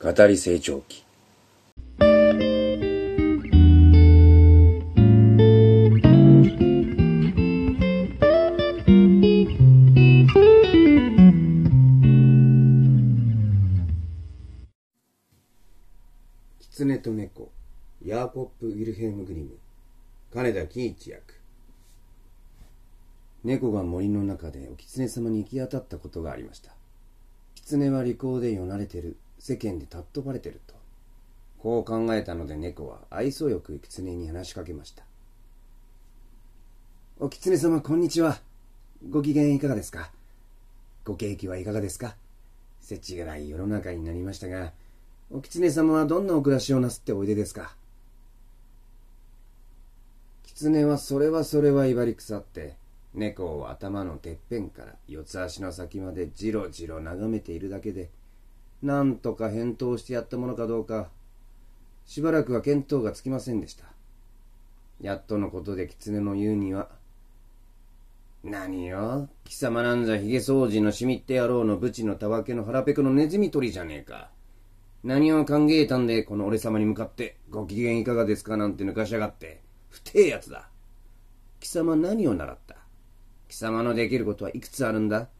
語り成長期。狐と猫、ヤーコップ・ウィルヘルム・グリム、金田喜一役。猫が森の中でお狐様に行き当たったことがありました。狐は利口でよなれてる、世間で尊ばれてると。こう考えたので猫は愛想よく狐に話しかけました。お狐様、こんにちは。ご機嫌いかがですか？ご景気はいかがですか？世知辛い世の中になりましたが、お狐様はどんなお暮らしをなすっておいでですか？狐はそれは威張り腐って、猫を頭のてっぺんから四つ足の先までじろじろ眺めているだけで、なんとか返答してやったものかどうか、しばらくは見当がつきませんでした。やっとのことで狐の言うには、何よ、貴様なんざひげ掃除のしみって野郎のブチのたわけの腹ペコのネズミ捕りじゃねえか。何を考えたんでこの俺様に向かってご機嫌いかがですかなんて抜かしやがって。不定やつだ。貴様何を習った？貴様のできることはいくつあるんだ？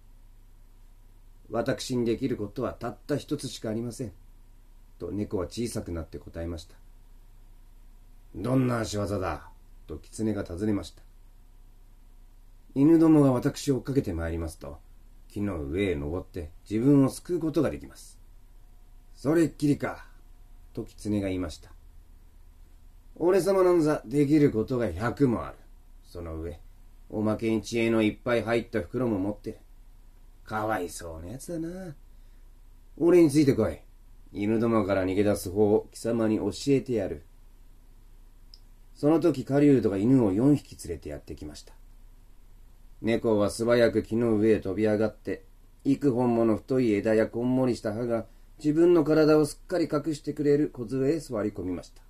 私にできることはたった一つしかありません。と猫は小さくなって答えました。どんな仕業だ？と狐が尋ねました。犬どもが私を追っかけてまいりますと、木の上へ登って自分を救うことができます。それっきりか、と狐が言いました。俺様なんざできることが100もある。その上、おまけに知恵のいっぱい入った袋も持ってる。かわいそうなやつだな。俺についてこい。犬どもから逃げ出す方を貴様に教えてやる。その時狩人が犬を4匹連れてやってきました。猫は素早く木の上へ飛び上がって、幾本もの太い枝やこんもりした葉が自分の体をすっかり隠してくれる梢へ座り込みました。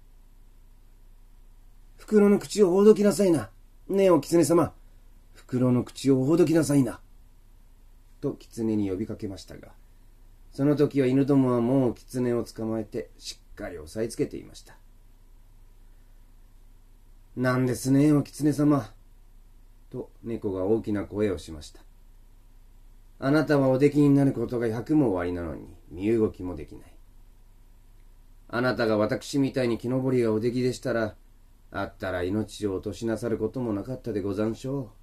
袋の口をほどきなさいな。ねえお狐様、袋の口をほどきなさいな。と狐に呼びかけましたが、その時は犬どもはもう狐を捕まえてしっかり押さえつけていました。なんですねお狐様。と猫が大きな声をしました。あなたはお出来になることが100も終わりなのに身動きもできない。あなたが私みたいに木登りがお出来でしたら、あったら命を落としなさることもなかったでござんしょう。